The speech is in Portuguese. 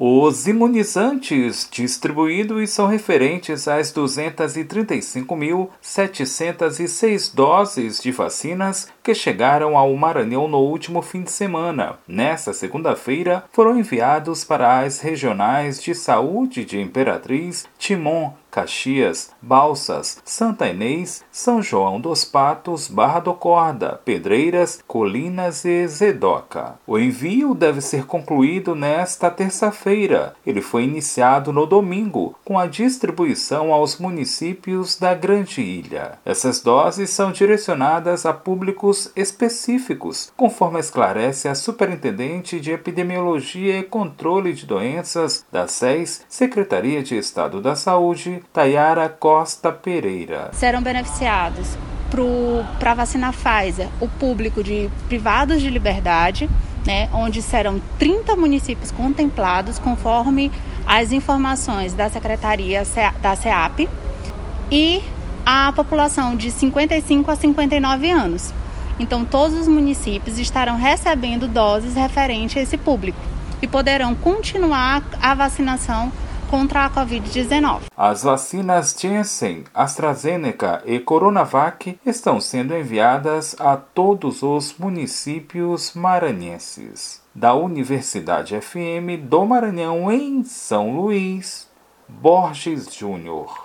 Os imunizantes distribuídos são referentes às 235.706 doses de vacinas que chegaram ao Maranhão no último fim de semana. Nesta segunda-feira, foram enviados para as regionais de saúde de Imperatriz, Timon, Caxias, Balsas, Santa Inês, São João dos Patos, Barra do Corda, Pedreiras, Colinas e Zedoca. O envio deve ser concluído nesta terça-feira. Ele foi iniciado no domingo, com a distribuição aos municípios da Grande Ilha. Essas doses são direcionadas a públicos específicos, conforme esclarece a Superintendente de Epidemiologia e Controle de Doenças da SES, Secretaria de Estado da Saúde, Tayara Costa Pereira. Serão beneficiados para a vacina Pfizer o público de privados de liberdade, onde serão 30 municípios contemplados conforme as informações da Secretaria da SEAP, e a população de 55 a 59 anos. Então, todos os municípios estarão recebendo doses referentes a esse público e poderão continuar a vacinação contra a Covid-19. As vacinas Janssen, AstraZeneca e Coronavac estão sendo enviadas a todos os municípios maranhenses. Da Universidade FM do Maranhão, em São Luís, Borges Júnior.